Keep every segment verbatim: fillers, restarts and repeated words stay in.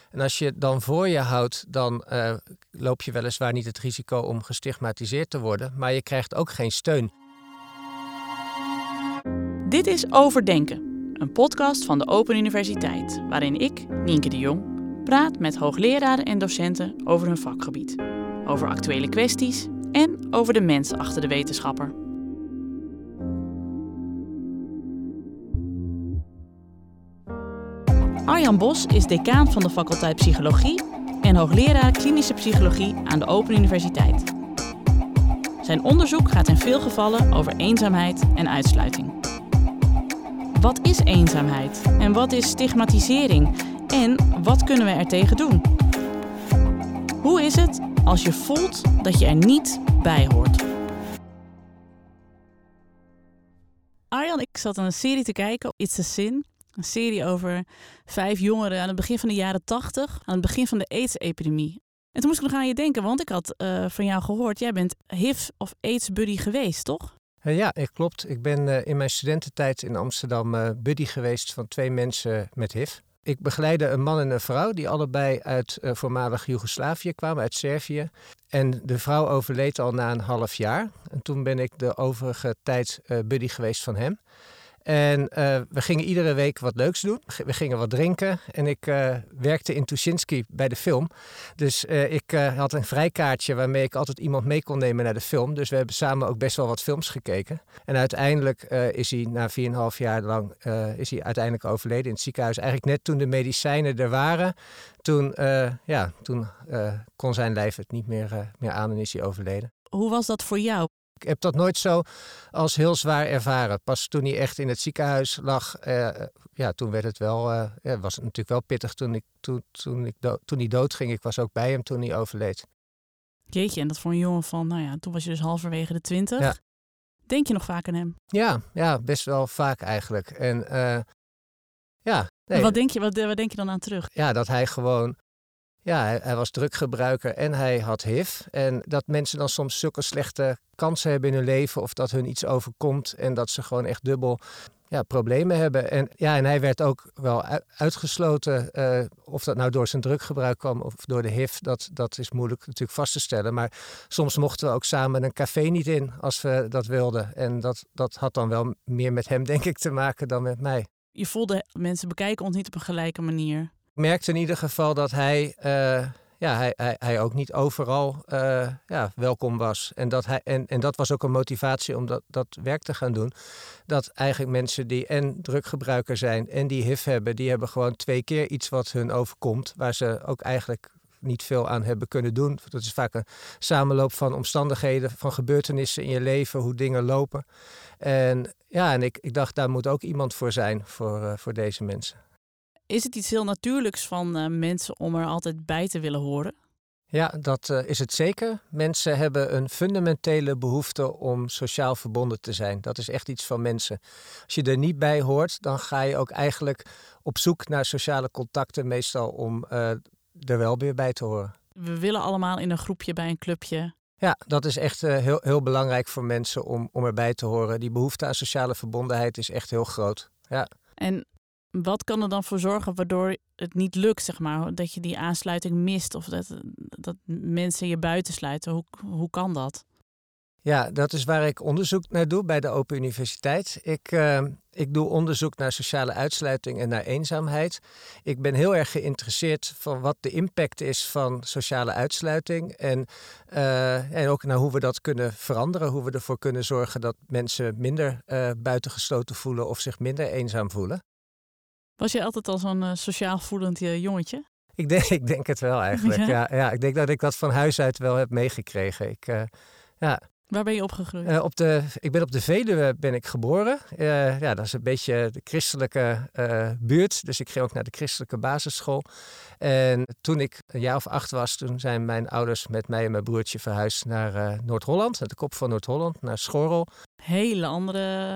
En als je het dan voor je houdt, dan uh, loop je weliswaar niet het risico om gestigmatiseerd te worden, maar je krijgt ook geen steun. Dit is Overdenken, een podcast van de Open Universiteit, waarin ik, Nienke de Jong, praat met hoogleraren en docenten over hun vakgebied, over actuele kwesties en over de mens achter de wetenschapper. Arjan Bos is decaan van de faculteit Psychologie en hoogleraar klinische psychologie aan de Open Universiteit. Zijn onderzoek gaat in veel gevallen over eenzaamheid en uitsluiting. Wat is eenzaamheid en wat is stigmatisering en wat kunnen we er tegen doen? Hoe is het als je voelt dat je er niet bij hoort? Arjan, ik zat aan een serie te kijken, It's a Sin. Een serie over vijf jongeren aan het begin van de jaren tachtig, aan het begin van de AIDS-epidemie. En toen moest ik nog aan je denken, want ik had uh, van jou gehoord, jij bent H I V of AIDS-buddy geweest, toch? Uh, ja, klopt. Ik ben uh, in mijn studententijd in Amsterdam uh, buddy geweest van twee mensen met H I V. Ik begeleidde een man en een vrouw die allebei uit uh, voormalig Joegoslavië kwamen, uit Servië. En de vrouw overleed al na een half jaar. En toen ben ik de overige tijd uh, buddy geweest van hem. En uh, we gingen iedere week wat leuks doen. We gingen wat drinken. En ik uh, werkte in Tuschinski bij de film. Dus uh, ik uh, had een vrijkaartje waarmee ik altijd iemand mee kon nemen naar de film. Dus we hebben samen ook best wel wat films gekeken. En uiteindelijk uh, is hij na vier en een half jaar lang uh, is hij uiteindelijk overleden in het ziekenhuis. Eigenlijk net toen de medicijnen er waren. Toen, uh, ja, toen uh, kon zijn lijf het niet meer, uh, meer aan en is hij overleden. Hoe was dat voor jou? Ik heb dat nooit zo als heel zwaar ervaren. Pas toen hij echt in het ziekenhuis lag, uh, ja, toen werd het wel, uh, ja, was het natuurlijk wel pittig toen, ik, toen, toen, ik do- toen hij doodging. Ik was ook bij hem toen hij overleed. Jeetje, en dat voor een jongen van, nou ja, toen was je dus halverwege de twintig. Ja. Denk je nog vaak aan hem? Ja, ja, best wel vaak eigenlijk. En uh, ja. Nee, wat, denk je, wat, wat denk je dan aan terug? Ja, dat hij gewoon... Ja, hij, hij was druggebruiker en hij had H I V. En dat mensen dan soms zulke slechte kansen hebben in hun leven of dat hun iets overkomt en dat ze gewoon echt dubbel ja, problemen hebben. En, ja, en hij werd ook wel uitgesloten. Uh, of dat nou door zijn druggebruik kwam of door de H I V, dat, dat is moeilijk natuurlijk vast te stellen. Maar soms mochten we ook samen een café niet in als we dat wilden. En dat, dat had dan wel meer met hem, denk ik, te maken dan met mij. Je voelde, mensen bekijken ons niet op een gelijke manier. Ik merkte in ieder geval dat hij, uh, ja, hij, hij, hij ook niet overal uh, ja, welkom was. En dat, hij, en, en dat was ook een motivatie om dat, dat werk te gaan doen. Dat eigenlijk mensen die en druggebruiker zijn en die H I V hebben, die hebben gewoon twee keer iets wat hun overkomt. Waar ze ook eigenlijk niet veel aan hebben kunnen doen. Dat is vaak een samenloop van omstandigheden, van gebeurtenissen in je leven, hoe dingen lopen. En ja, en ik, ik dacht, daar moet ook iemand voor zijn, voor, uh, voor deze mensen. Is het iets heel natuurlijks van uh, mensen om er altijd bij te willen horen? Ja, dat uh, is het zeker. Mensen hebben een fundamentele behoefte om sociaal verbonden te zijn. Dat is echt iets van mensen. Als je er niet bij hoort, dan ga je ook eigenlijk op zoek naar sociale contacten, meestal om uh, er wel weer bij te horen. We willen allemaal in een groepje bij een clubje. Ja, dat is echt uh, heel, heel belangrijk voor mensen om, om erbij te horen. Die behoefte aan sociale verbondenheid is echt heel groot. Ja. En wat kan er dan voor zorgen waardoor het niet lukt, zeg maar? Dat je die aansluiting mist of dat, dat mensen je buitensluiten. Hoe, hoe kan dat? Ja, dat is waar ik onderzoek naar doe bij de Open Universiteit. Ik, uh, ik doe onderzoek naar sociale uitsluiting en naar eenzaamheid. Ik ben heel erg geïnteresseerd van wat de impact is van sociale uitsluiting. En, uh, en ook naar hoe we dat kunnen veranderen. Hoe we ervoor kunnen zorgen dat mensen minder uh, buitengesloten voelen of zich minder eenzaam voelen. Was je altijd al zo'n uh, sociaal voelend uh, jongetje? Ik denk, ik denk het wel eigenlijk. Ja? Ja, ja, ik denk dat ik dat van huis uit wel heb meegekregen. Ik, uh, ja. Waar ben je opgegroeid? Uh, op de, ik ben op de Veluwe ben ik geboren. Uh, ja, dat is een beetje de christelijke uh, buurt. Dus ik ging ook naar de christelijke basisschool. En toen ik een jaar of acht was, toen zijn mijn ouders met mij en mijn broertje verhuisd naar uh, Noord-Holland. Naar de kop van Noord-Holland, naar Schorrel. Hele andere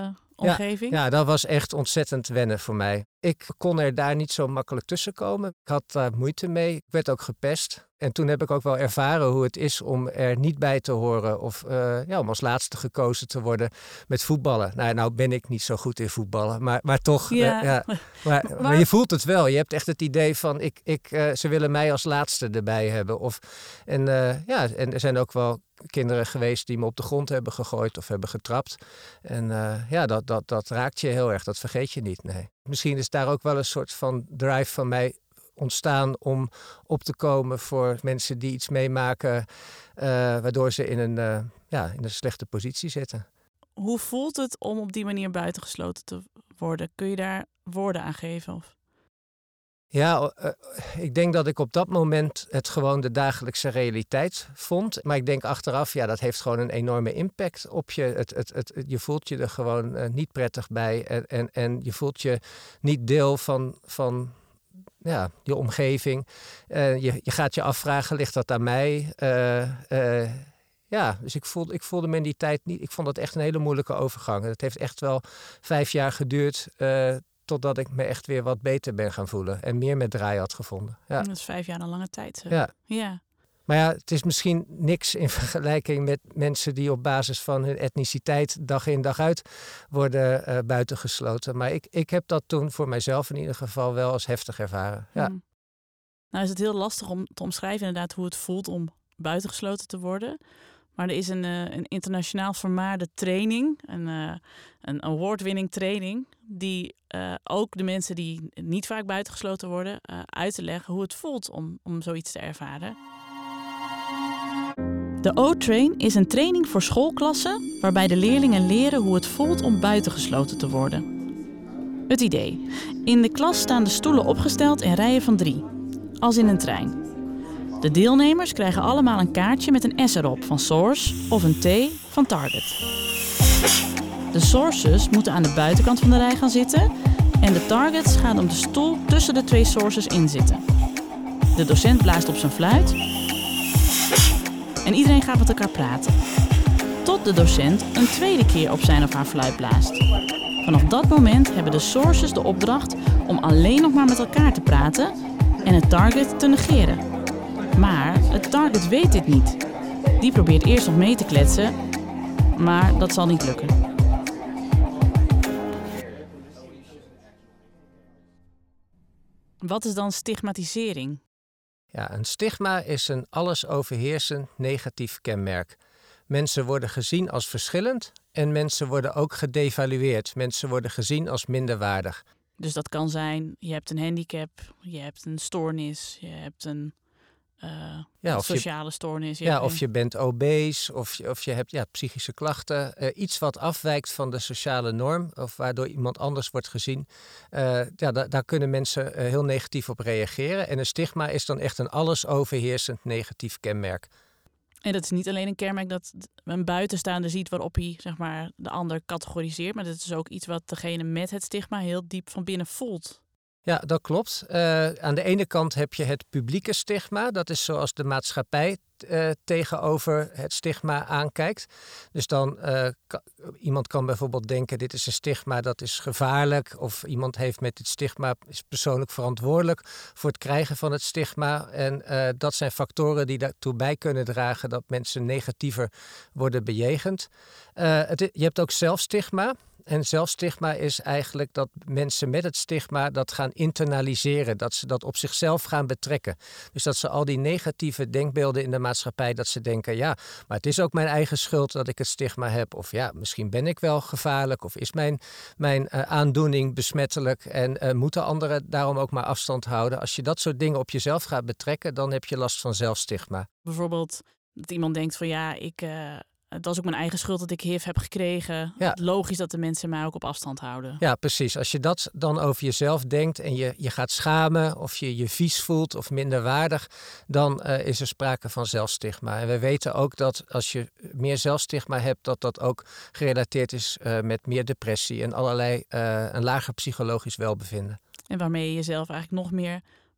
omgeving? Ja, ja, dat was echt ontzettend wennen voor mij. Ik kon er daar niet zo makkelijk tussen komen. Ik had daar moeite mee. Ik werd ook gepest. En toen heb ik ook wel ervaren hoe het is om er niet bij te horen. Of uh, ja, om als laatste gekozen te worden met voetballen. Nou, nou ben ik niet zo goed in voetballen. Maar, maar toch, ja. Uh, ja. Maar, maar, maar je voelt het wel. Je hebt echt het idee van, ik, ik, uh, ze willen mij als laatste erbij hebben. Of, en, uh, ja, en er zijn ook wel kinderen geweest die me op de grond hebben gegooid of hebben getrapt. En uh, ja, dat, dat, dat raakt je heel erg. Dat vergeet je niet, nee. Misschien is daar ook wel een soort van drive van mij ontstaan om op te komen voor mensen die iets meemaken, uh, waardoor ze in een, uh, ja, in een slechte positie zitten. Hoe voelt het om op die manier buitengesloten te worden? Kun je daar woorden aan geven? Of? Ja, uh, ik denk dat ik op dat moment het gewoon de dagelijkse realiteit vond. Maar ik denk achteraf, ja, dat heeft gewoon een enorme impact op je. Het, het, het, je voelt je er gewoon uh, niet prettig bij. En, en, en je voelt je niet deel van, van ja, je omgeving. Uh, je, je gaat je afvragen, ligt dat aan mij? Uh, uh, ja, dus ik voelde, ik voelde me in die tijd niet. Ik vond dat echt een hele moeilijke overgang. Het heeft echt wel vijf jaar geduurd. Uh, Totdat ik me echt weer wat beter ben gaan voelen. En meer met draai had gevonden. Ja. Dat is vijf jaar een lange tijd. Zo. Ja. ja. Maar ja, het is misschien niks in vergelijking met mensen die op basis van hun etniciteit dag in dag uit worden uh, buitengesloten. Maar ik, ik heb dat toen voor mijzelf in ieder geval wel als heftig ervaren. Ja. Hmm. Nou is het heel lastig om te omschrijven inderdaad hoe het voelt om buitengesloten te worden. Maar er is een, uh, een internationaal vermaarde training, een, uh, een award-winning training, die uh, ook de mensen die niet vaak buitengesloten worden, uh, uit te leggen hoe het voelt om, om zoiets te ervaren. De O-Train is een training voor schoolklassen waarbij de leerlingen leren hoe het voelt om buitengesloten te worden. Het idee. In de klas staan de stoelen opgesteld in rijen van drie, als in een trein. De deelnemers krijgen allemaal een kaartje met een S erop van Source of een T van Target. De Sources moeten aan de buitenkant van de rij gaan zitten en de Targets gaan op de stoel tussen de twee Sources in zitten. De docent blaast op zijn fluit en iedereen gaat met elkaar praten. Tot de docent een tweede keer op zijn of haar fluit blaast. Vanaf dat moment hebben de Sources de opdracht om alleen nog maar met elkaar te praten en het Target te negeren. Maar het Target weet dit niet. Die probeert eerst nog mee te kletsen, maar dat zal niet lukken. Wat is dan stigmatisering? Ja, een stigma is een alles overheersend negatief kenmerk. Mensen worden gezien als verschillend en mensen worden ook gedevalueerd. Mensen worden gezien als minderwaardig. Dus dat kan zijn, je hebt een handicap, je hebt een stoornis, je hebt een... Uh, ja, of sociale je, stoornis. Ja, of je bent obese, of je, of je hebt ja, psychische klachten. Uh, iets wat afwijkt van de sociale norm, of waardoor iemand anders wordt gezien. Uh, ja, da- daar kunnen mensen uh, heel negatief op reageren. En een stigma is dan echt een alles overheersend negatief kenmerk. En dat is niet alleen een kenmerk dat een buitenstaander ziet waarop hij zeg maar, de ander categoriseert. Maar dat is ook iets wat degene met het stigma heel diep van binnen voelt. Ja, dat klopt. Uh, aan de ene kant heb je het publieke stigma. Dat is zoals de maatschappij uh, tegenover het stigma aankijkt. Dus dan uh, kan, iemand kan bijvoorbeeld denken, dit is een stigma, dat is gevaarlijk. Of iemand heeft met dit stigma, is persoonlijk verantwoordelijk voor het krijgen van het stigma. En uh, dat zijn factoren die daartoe bij kunnen dragen dat mensen negatiever worden bejegend. Uh, het, je hebt ook zelfstigma. En zelfstigma is eigenlijk dat mensen met het stigma dat gaan internaliseren. Dat ze dat op zichzelf gaan betrekken. Dus dat ze al die negatieve denkbeelden in de maatschappij, dat ze denken, ja, maar het is ook mijn eigen schuld dat ik het stigma heb. Of ja, misschien ben ik wel gevaarlijk. Of is mijn, mijn uh, aandoening besmettelijk. En uh, moeten anderen daarom ook maar afstand houden. Als je dat soort dingen op jezelf gaat betrekken, dan heb je last van zelfstigma. Bijvoorbeeld dat iemand denkt van ja, ik... Uh... Het was ook mijn eigen schuld dat ik H I V heb gekregen. Ja. Logisch dat de mensen mij ook op afstand houden. Ja, precies. Als je dat dan over jezelf denkt en je, je gaat schamen of je je vies voelt of minderwaardig, dan uh, is er sprake van zelfstigma. En we weten ook dat als je meer zelfstigma hebt, dat dat ook gerelateerd is uh, met meer depressie en allerlei uh, een lager psychologisch welbevinden. En waarmee je jezelf eigenlijk nog meer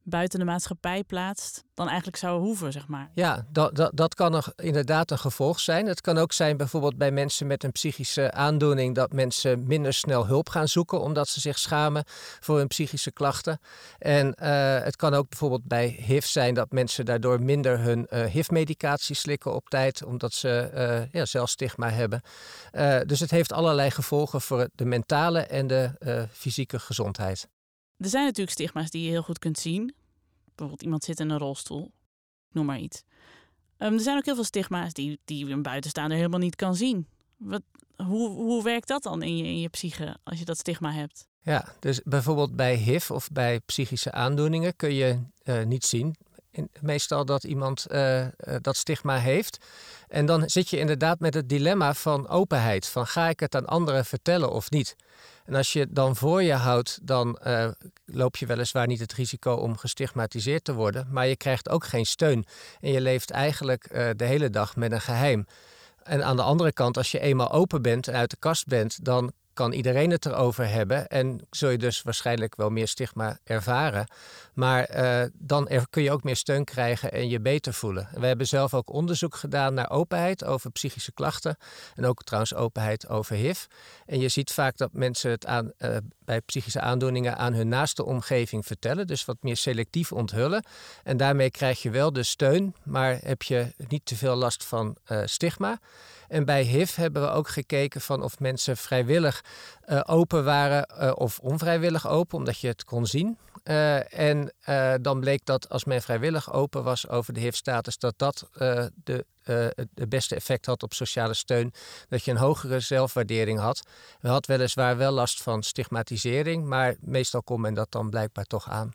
buiten de maatschappij plaatst dan eigenlijk zou hoeven, zeg maar. Ja, dat, dat, dat kan er inderdaad een gevolg zijn. Het kan ook zijn bijvoorbeeld bij mensen met een psychische aandoening dat mensen minder snel hulp gaan zoeken omdat ze zich schamen voor hun psychische klachten. En uh, het kan ook bijvoorbeeld bij H I V zijn dat mensen daardoor minder hun uh, H I V-medicatie slikken op tijd omdat ze uh, ja, zelfstigma hebben. Uh, dus het heeft allerlei gevolgen voor de mentale en de uh, fysieke gezondheid. Er zijn natuurlijk stigma's die je heel goed kunt zien. Bijvoorbeeld iemand zit in een rolstoel. Noem maar iets. Um, er zijn ook heel veel stigma's die, die een buitenstaander helemaal niet kan zien. Wat, hoe, hoe werkt dat dan in je, in je psyche als je dat stigma hebt? Ja, dus bijvoorbeeld bij H I V of bij psychische aandoeningen kun je uh, niet zien. In, meestal dat iemand uh, uh, dat stigma heeft. En dan zit je inderdaad met het dilemma van openheid. Van ga ik het aan anderen vertellen of niet? En als je het dan voor je houdt, dan uh, loop je weliswaar niet het risico om gestigmatiseerd te worden. Maar je krijgt ook geen steun. En je leeft eigenlijk uh, de hele dag met een geheim. En aan de andere kant, als je eenmaal open bent en uit de kast bent, dan kan iedereen het erover hebben en zul je dus waarschijnlijk wel meer stigma ervaren. Maar uh, dan er, kun je ook meer steun krijgen en je beter voelen. We hebben zelf ook onderzoek gedaan naar openheid over psychische klachten en ook trouwens openheid over H I V. En je ziet vaak dat mensen het aan, uh, bij psychische aandoeningen aan hun naaste omgeving vertellen, dus wat meer selectief onthullen. En daarmee krijg je wel de steun, maar heb je niet te veel last van uh, stigma. En bij H I V hebben we ook gekeken van of mensen vrijwillig uh, open waren uh, of onvrijwillig open, omdat je het kon zien. Uh, en uh, dan bleek dat als men vrijwillig open was over de H I V-status, dat dat uh, de, uh, het beste effect had op sociale steun. Dat je een hogere zelfwaardering had. We had weliswaar wel last van stigmatisering, maar meestal kon men dat dan blijkbaar toch aan.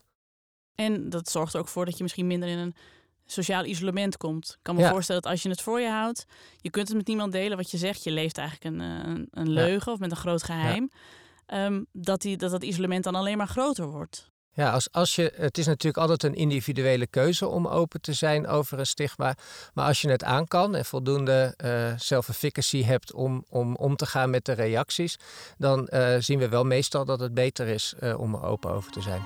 En dat zorgt er ook voor dat je misschien minder in een sociaal isolement komt. Ik kan me ja. voorstellen dat als je het voor je houdt, je kunt het met niemand delen wat je zegt. Je leeft eigenlijk een, een, een leugen ja. of met een groot geheim. Ja. Um, dat, die, dat dat isolement dan alleen maar groter wordt. Ja, als, als je, het is natuurlijk altijd een individuele keuze om open te zijn over een stigma. Maar als je het aan kan en voldoende uh, self-efficacy hebt om, om om te gaan met de reacties, dan uh, zien we wel meestal dat het beter is uh, om er open over te zijn.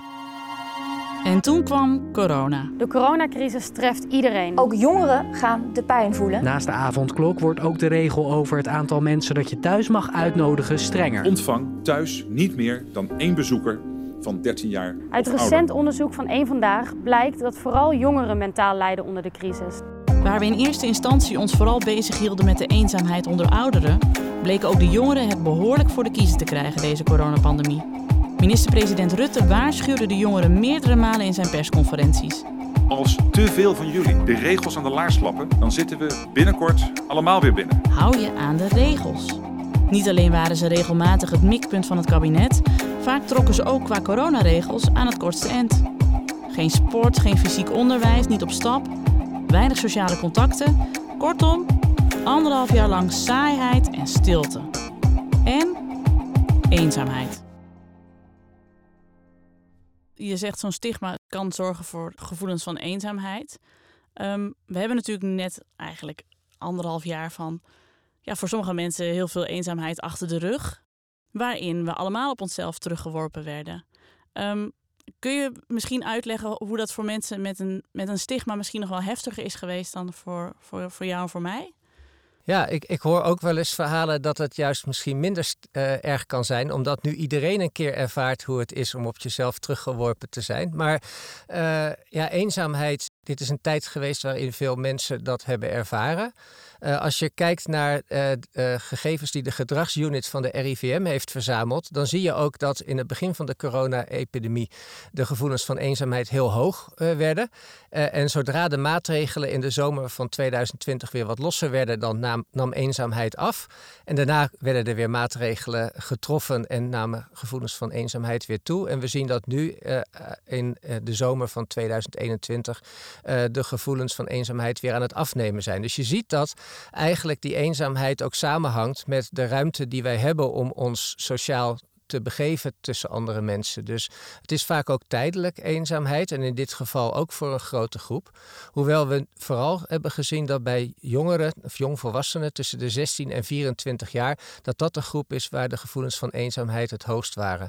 En toen kwam corona. De coronacrisis treft iedereen. Ook jongeren gaan de pijn voelen. Naast de avondklok wordt ook de regel over het aantal mensen dat je thuis mag uitnodigen strenger. Ontvang thuis niet meer dan één bezoeker van dertien jaar of Uit recent ouder. onderzoek van Eén Vandaag blijkt dat vooral jongeren mentaal lijden onder de crisis. Waar we in eerste instantie ons vooral bezig hielden met de eenzaamheid onder ouderen, bleken ook de jongeren het behoorlijk voor de kiezen te krijgen deze coronapandemie. Minister-president Rutte waarschuwde de jongeren meerdere malen in zijn persconferenties. Als te veel van jullie de regels aan de laars lappen, dan zitten we binnenkort allemaal weer binnen. Hou je aan de regels. Niet alleen waren ze regelmatig het mikpunt van het kabinet, vaak trokken ze ook qua coronaregels aan het kortste eind. Geen sport, geen fysiek onderwijs, niet op stap, weinig sociale contacten. Kortom, anderhalf jaar lang saaiheid en stilte. En eenzaamheid. Je zegt zo'n stigma kan zorgen voor gevoelens van eenzaamheid. Um, we hebben natuurlijk net eigenlijk anderhalf jaar van, ja, voor sommige mensen heel veel eenzaamheid achter de rug, waarin we allemaal op onszelf teruggeworpen werden. Um, kun je misschien uitleggen hoe dat voor mensen met een, met een stigma misschien nog wel heftiger is geweest dan voor, voor, voor jou en voor mij? Ja, ik, ik hoor ook wel eens verhalen dat het juist misschien minder uh, erg kan zijn, omdat nu iedereen een keer ervaart hoe het is om op jezelf teruggeworpen te zijn. Maar uh, ja, eenzaamheid, dit is een tijd geweest waarin veel mensen dat hebben ervaren. Uh, als je kijkt naar uh, uh, gegevens die de gedragsunit van de R I V M heeft verzameld, dan zie je ook dat in het begin van de corona-epidemie de gevoelens van eenzaamheid heel hoog uh, werden. Uh, en zodra de maatregelen in de zomer van tweeduizend twintig weer wat losser werden, dan nam, nam eenzaamheid af. En daarna werden er weer maatregelen getroffen en namen gevoelens van eenzaamheid weer toe. En we zien dat nu uh, in uh, de zomer van tweeduizend eenentwintig uh, de gevoelens van eenzaamheid weer aan het afnemen zijn. Dus je ziet dat eigenlijk die eenzaamheid ook samenhangt met de ruimte die wij hebben om ons sociaal te begeven tussen andere mensen. Dus het is vaak ook tijdelijk eenzaamheid en in dit geval ook voor een grote groep. Hoewel we vooral hebben gezien dat bij jongeren of jongvolwassenen tussen de zestien en vierentwintig jaar, dat dat de groep is waar de gevoelens van eenzaamheid het hoogst waren.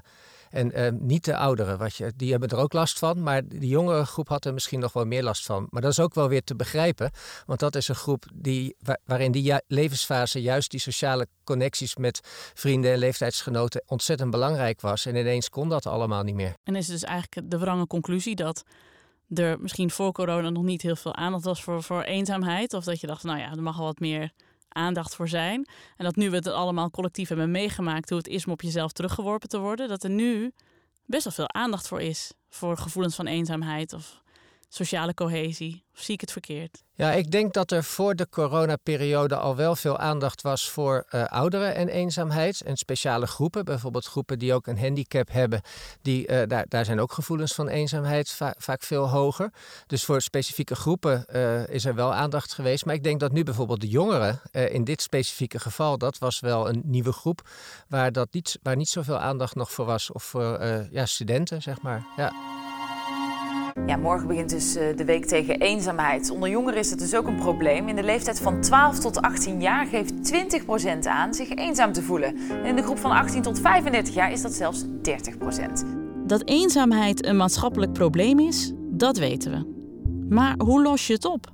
En uh, niet de ouderen, wat je, die hebben er ook last van. Maar de jongere groep had er misschien nog wel meer last van. Maar dat is ook wel weer te begrijpen. Want dat is een groep die, waar, waarin die ju- levensfase juist die sociale connecties met vrienden en leeftijdsgenoten ontzettend belangrijk was. En ineens kon dat allemaal niet meer. En is het dus eigenlijk de wrange conclusie dat er misschien voor corona nog niet heel veel aandacht was voor, voor eenzaamheid? Of dat je dacht, nou ja, er mag wel wat meer aandacht voor zijn. En dat nu we het allemaal collectief hebben meegemaakt hoe het is om op jezelf teruggeworpen te worden. Dat er nu best wel veel aandacht voor is. Voor gevoelens van eenzaamheid of sociale cohesie. Of zie ik het verkeerd? Ja, ik denk dat er voor de coronaperiode al wel veel aandacht was voor uh, ouderen en eenzaamheid. En speciale groepen, bijvoorbeeld groepen die ook een handicap hebben. Die, uh, daar, daar zijn ook gevoelens van eenzaamheid va- vaak veel hoger. Dus voor specifieke groepen uh, is er wel aandacht geweest. Maar ik denk dat nu bijvoorbeeld de jongeren, uh, in dit specifieke geval, dat was wel een nieuwe groep waar, dat niet, waar niet zoveel aandacht nog voor was. Of voor uh, ja, studenten, zeg maar. Ja. Ja, morgen begint dus de week tegen eenzaamheid. Onder jongeren is het dus ook een probleem. In de leeftijd van twaalf tot achttien jaar geeft twintig procent aan zich eenzaam te voelen. En in de groep van achttien tot vijfendertig jaar is dat zelfs dertig procent. Dat eenzaamheid een maatschappelijk probleem is, dat weten we. Maar hoe los je het op?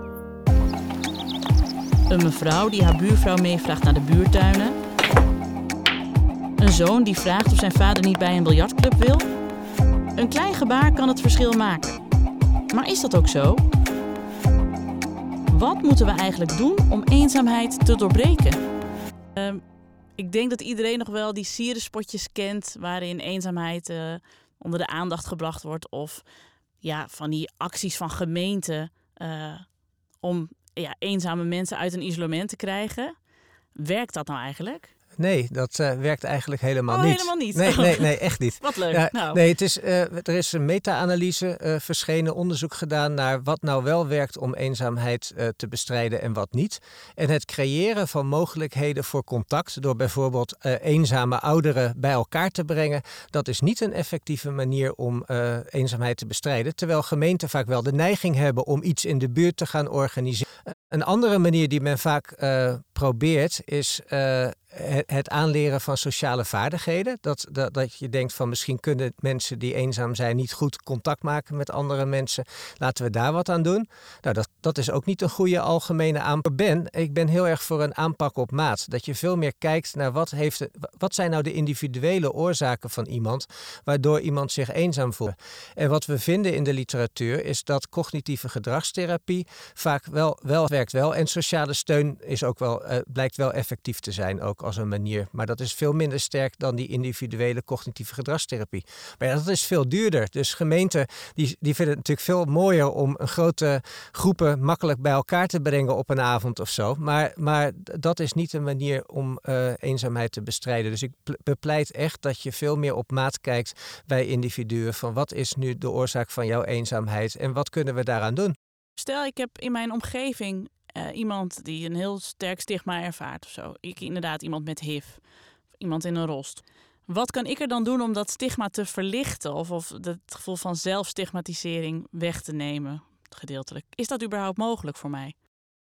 Een mevrouw die haar buurvrouw meevraagt naar de buurtuinen. Een zoon die vraagt of zijn vader niet bij een biljartclub wil. Een klein gebaar kan het verschil maken. Maar is dat ook zo? Wat moeten we eigenlijk doen om eenzaamheid te doorbreken? Uh, ik denk dat iedereen nog wel die sierenspotjes kent waarin eenzaamheid uh, onder de aandacht gebracht wordt. Of ja, van die acties van gemeenten uh, om ja, eenzame mensen uit een isolement te krijgen. Werkt dat nou eigenlijk? Nee, dat uh, werkt eigenlijk helemaal oh, niet. helemaal niet? Nee, nee, nee, echt niet. Wat leuk. Ja, nou. Nee, het is, uh, er is een meta-analyse uh, verschenen, onderzoek gedaan naar wat nou wel werkt om eenzaamheid uh, te bestrijden en wat niet. En het creëren van mogelijkheden voor contact door bijvoorbeeld uh, eenzame ouderen bij elkaar te brengen, dat is niet een effectieve manier om uh, eenzaamheid te bestrijden. Terwijl gemeenten vaak wel de neiging hebben om iets in de buurt te gaan organiseren. Een andere manier die men vaak uh, probeert is uh, het aanleren van sociale vaardigheden. Dat, dat, dat je denkt van misschien kunnen mensen die eenzaam zijn niet goed contact maken met andere mensen. Laten we daar wat aan doen. Nou, dat, dat is ook niet een goede algemene aanpak. Ben, ik ben heel erg voor een aanpak op maat. Dat je veel meer kijkt naar wat, heeft de, wat zijn nou de individuele oorzaken van iemand waardoor iemand zich eenzaam voelt. En wat we vinden in de literatuur is dat cognitieve gedragstherapie vaak wel, wel werkt wel. En sociale steun is ook wel, uh, blijkt wel effectief te zijn ook als een manier. Maar dat is veel minder sterk dan die individuele cognitieve gedragstherapie. Maar ja, dat is veel duurder. Dus gemeenten die, die vinden het natuurlijk veel mooier om een grote groepen makkelijk bij elkaar te brengen op een avond of zo. Maar, maar dat is niet een manier om uh, eenzaamheid te bestrijden. Dus ik bepleit echt dat je veel meer op maat kijkt bij individuen van wat is nu de oorzaak van jouw eenzaamheid en wat kunnen we daaraan doen? Stel, ik heb in mijn omgeving uh, iemand die een heel sterk stigma ervaart of zo. Ik inderdaad iemand met H I V, of iemand in een rost. Wat kan ik er dan doen om dat stigma te verlichten of, of het gevoel van zelfstigmatisering weg te nemen, gedeeltelijk? Is dat überhaupt mogelijk voor mij?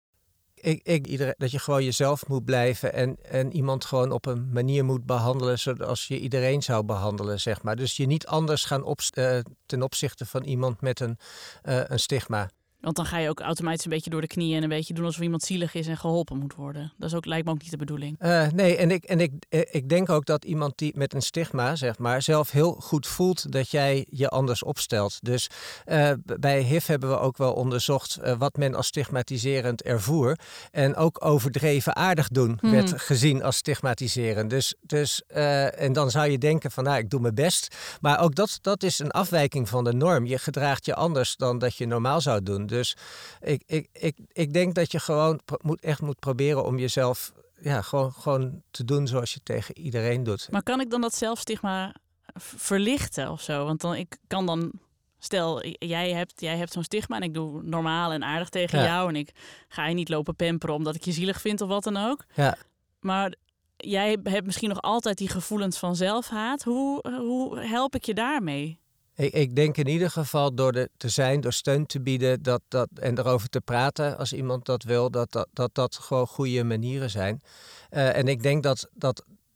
Ik, ik, iedereen, dat je gewoon jezelf moet blijven en, en iemand gewoon op een manier moet behandelen zoals je iedereen zou behandelen, zeg maar. Dus je niet anders gaan op, uh, ten opzichte van iemand met een, uh, een stigma. Want dan ga je ook automatisch een beetje door de knieën en een beetje doen alsof iemand zielig is en geholpen moet worden. Dat is ook, lijkt me ook niet de bedoeling. Uh, nee, en, ik, en ik, ik denk ook dat iemand die met een stigma, zeg maar, zelf heel goed voelt dat jij je anders opstelt. Dus uh, bij H I V hebben we ook wel onderzocht uh, wat men als stigmatiserend ervoer. En ook overdreven aardig doen hmm. werd gezien als stigmatiserend. Dus, dus, uh, en dan zou je denken van, nou, ik doe mijn best. Maar ook dat, dat is een afwijking van de norm. Je gedraagt je anders dan dat je normaal zou doen. Dus ik, ik, ik, ik denk dat je gewoon pro- moet, echt moet proberen om jezelf ja, gewoon, gewoon te doen zoals je tegen iedereen doet. Maar kan ik dan dat zelfstigma verlichten of zo? Want dan, ik kan dan, stel, jij hebt, jij hebt zo'n stigma en ik doe normaal en aardig tegen ja. jou. En ik ga je niet lopen pamperen omdat ik je zielig vind of wat dan ook. Ja. Maar jij hebt misschien nog altijd die gevoelens van zelfhaat. Hoe, hoe help ik je daarmee? Ik, ik denk in ieder geval door er te zijn, door steun te bieden dat, dat, en erover te praten als iemand dat wil, dat dat, dat, dat gewoon goede manieren zijn. Uh, en ik denk dat, dat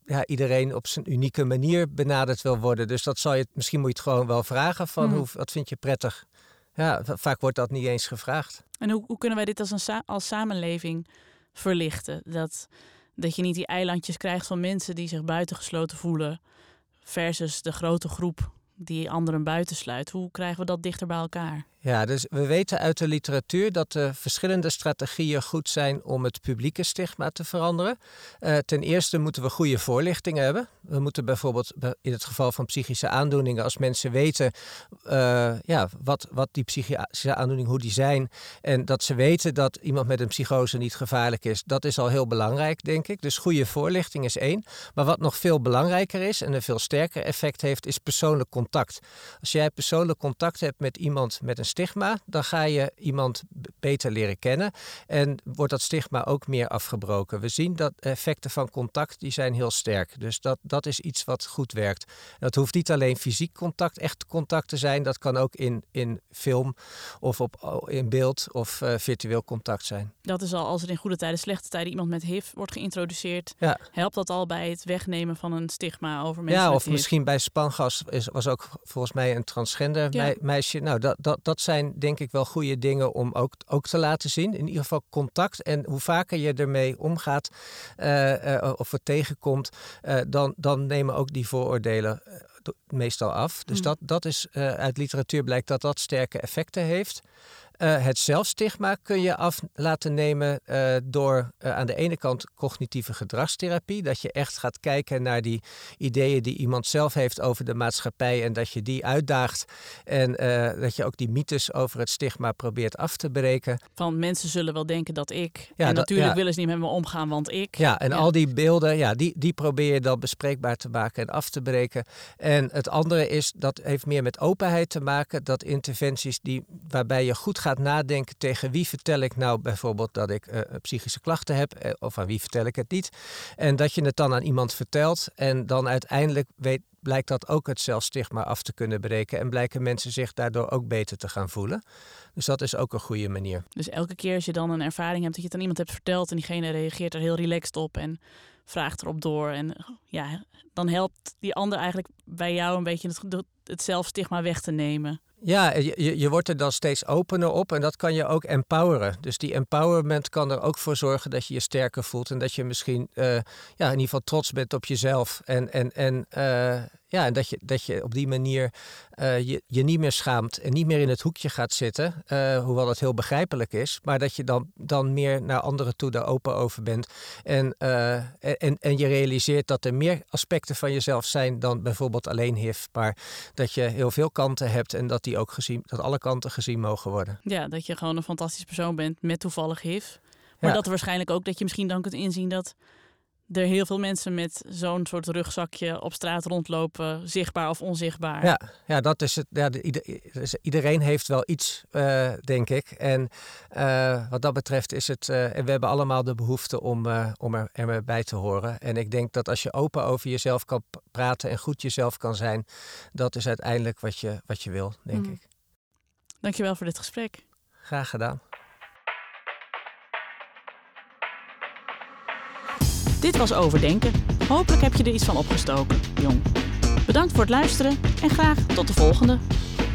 ja, iedereen op zijn unieke manier benaderd wil worden. Dus dat zal je, misschien moet je het gewoon wel vragen van, mm. hoe, wat vind je prettig? Ja, vaak wordt dat niet eens gevraagd. En hoe, hoe kunnen wij dit als, een sa- als samenleving verlichten? Dat, dat je niet die eilandjes krijgt van mensen die zich buitengesloten voelen versus de grote groep die anderen buitensluit. Hoe krijgen we dat dichter bij elkaar? Ja, dus we weten uit de literatuur dat er verschillende strategieën goed zijn om het publieke stigma te veranderen. Uh, ten eerste moeten we goede voorlichting hebben. We moeten bijvoorbeeld in het geval van psychische aandoeningen, als mensen weten uh, ja, wat, wat die psychische aandoeningen, hoe die zijn, en dat ze weten dat iemand met een psychose niet gevaarlijk is, dat is al heel belangrijk, denk ik. Dus goede voorlichting is één. Maar wat nog veel belangrijker is en een veel sterker effect heeft, is persoonlijk contact. Als jij persoonlijk contact hebt met iemand met een stigma, dan ga je iemand beter leren kennen en wordt dat stigma ook meer afgebroken. We zien dat effecten van contact, die zijn heel sterk. Dus dat, dat is iets wat goed werkt. Dat hoeft niet alleen fysiek contact, echt contact te zijn. Dat kan ook in, in film of op, in beeld of uh, virtueel contact zijn. Dat is al, als er in goede tijden, slechte tijden iemand met H I V wordt geïntroduceerd, ja. helpt dat al bij het wegnemen van een stigma over mensen ja, met of H I V? Misschien bij Spangas is, was ook volgens mij een transgender ja. meisje. Nou, dat, dat, dat zijn denk ik wel goede dingen om ook, ook te laten zien. In ieder geval contact. En hoe vaker je ermee omgaat uh, uh, of het tegenkomt, uh, dan, dan nemen ook die vooroordelen uh, meestal af. Dus mm. dat, dat is uh, uit literatuur blijkt dat dat sterke effecten heeft. Uh, het zelfstigma kun je af laten nemen uh, door uh, aan de ene kant cognitieve gedragstherapie. Dat je echt gaat kijken naar die ideeën die iemand zelf heeft over de maatschappij en dat je die uitdaagt. En uh, dat je ook die mythes over het stigma probeert af te breken. Van mensen zullen wel denken dat ik. Ja, en dat, natuurlijk ja. willen ze niet met me omgaan, want ik. Ja, en ja. al die beelden, ja, die, die probeer je dan bespreekbaar te maken en af te breken. En het andere is, dat heeft meer met openheid te maken. Dat interventies die, waarbij je goed gaat gaat nadenken tegen wie vertel ik nou bijvoorbeeld dat ik uh, psychische klachten heb uh, of aan wie vertel ik het niet. En dat je het dan aan iemand vertelt en dan uiteindelijk weet, blijkt dat ook het zelfstigma af te kunnen breken en blijken mensen zich daardoor ook beter te gaan voelen. Dus dat is ook een goede manier. Dus elke keer als je dan een ervaring hebt dat je het aan iemand hebt verteld en diegene reageert er heel relaxed op en vraagt erop door en ja, dan helpt die ander eigenlijk bij jou een beetje het, het zelfstigma weg te nemen. Ja, je, je wordt er dan steeds opener op en dat kan je ook empoweren. Dus die empowerment kan er ook voor zorgen dat je je sterker voelt en dat je misschien uh, ja, in ieder geval trots bent op jezelf. En, en, en uh, ja, en dat je, dat je op die manier uh, je, je niet meer schaamt en niet meer in het hoekje gaat zitten, uh, hoewel dat heel begrijpelijk is, maar dat je dan, dan meer naar anderen toe daar open over bent. En, uh, en, en je realiseert dat er meer aspecten van jezelf zijn dan bijvoorbeeld alleen H I V, maar dat je heel veel kanten hebt en dat die ook gezien, dat alle kanten gezien mogen worden. Ja, dat je gewoon een fantastisch persoon bent met toevallig H I V. Maar ja. dat er waarschijnlijk ook dat je misschien dan kunt inzien dat er heel veel mensen met zo'n soort rugzakje op straat rondlopen, zichtbaar of onzichtbaar. Ja, ja dat is het. Ja, iedereen heeft wel iets, uh, denk ik. En uh, wat dat betreft is het. Uh, en we hebben allemaal de behoefte om, uh, om er, er bij te horen. En ik denk dat als je open over jezelf kan praten en goed jezelf kan zijn, dat is uiteindelijk wat je, wat je wil, denk mm. ik. Dankjewel voor dit gesprek. Graag gedaan. Dit was Overdenken. Hopelijk heb je er iets van opgestoken, jong. Bedankt voor het luisteren en graag tot de volgende.